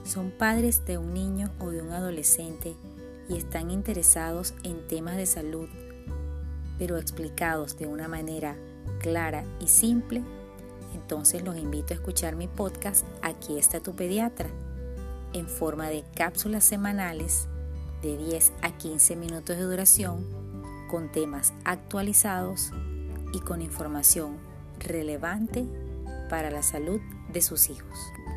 son padres de un niño o de un adolescente y están interesados en temas de salud, pero explicados de una manera clara y simple, entonces los invito a escuchar mi podcast Aquí está tu pediatra, en forma de cápsulas semanales de 10 a 15 minutos de duración, con temas actualizados y con información relevante para la salud de sus hijos.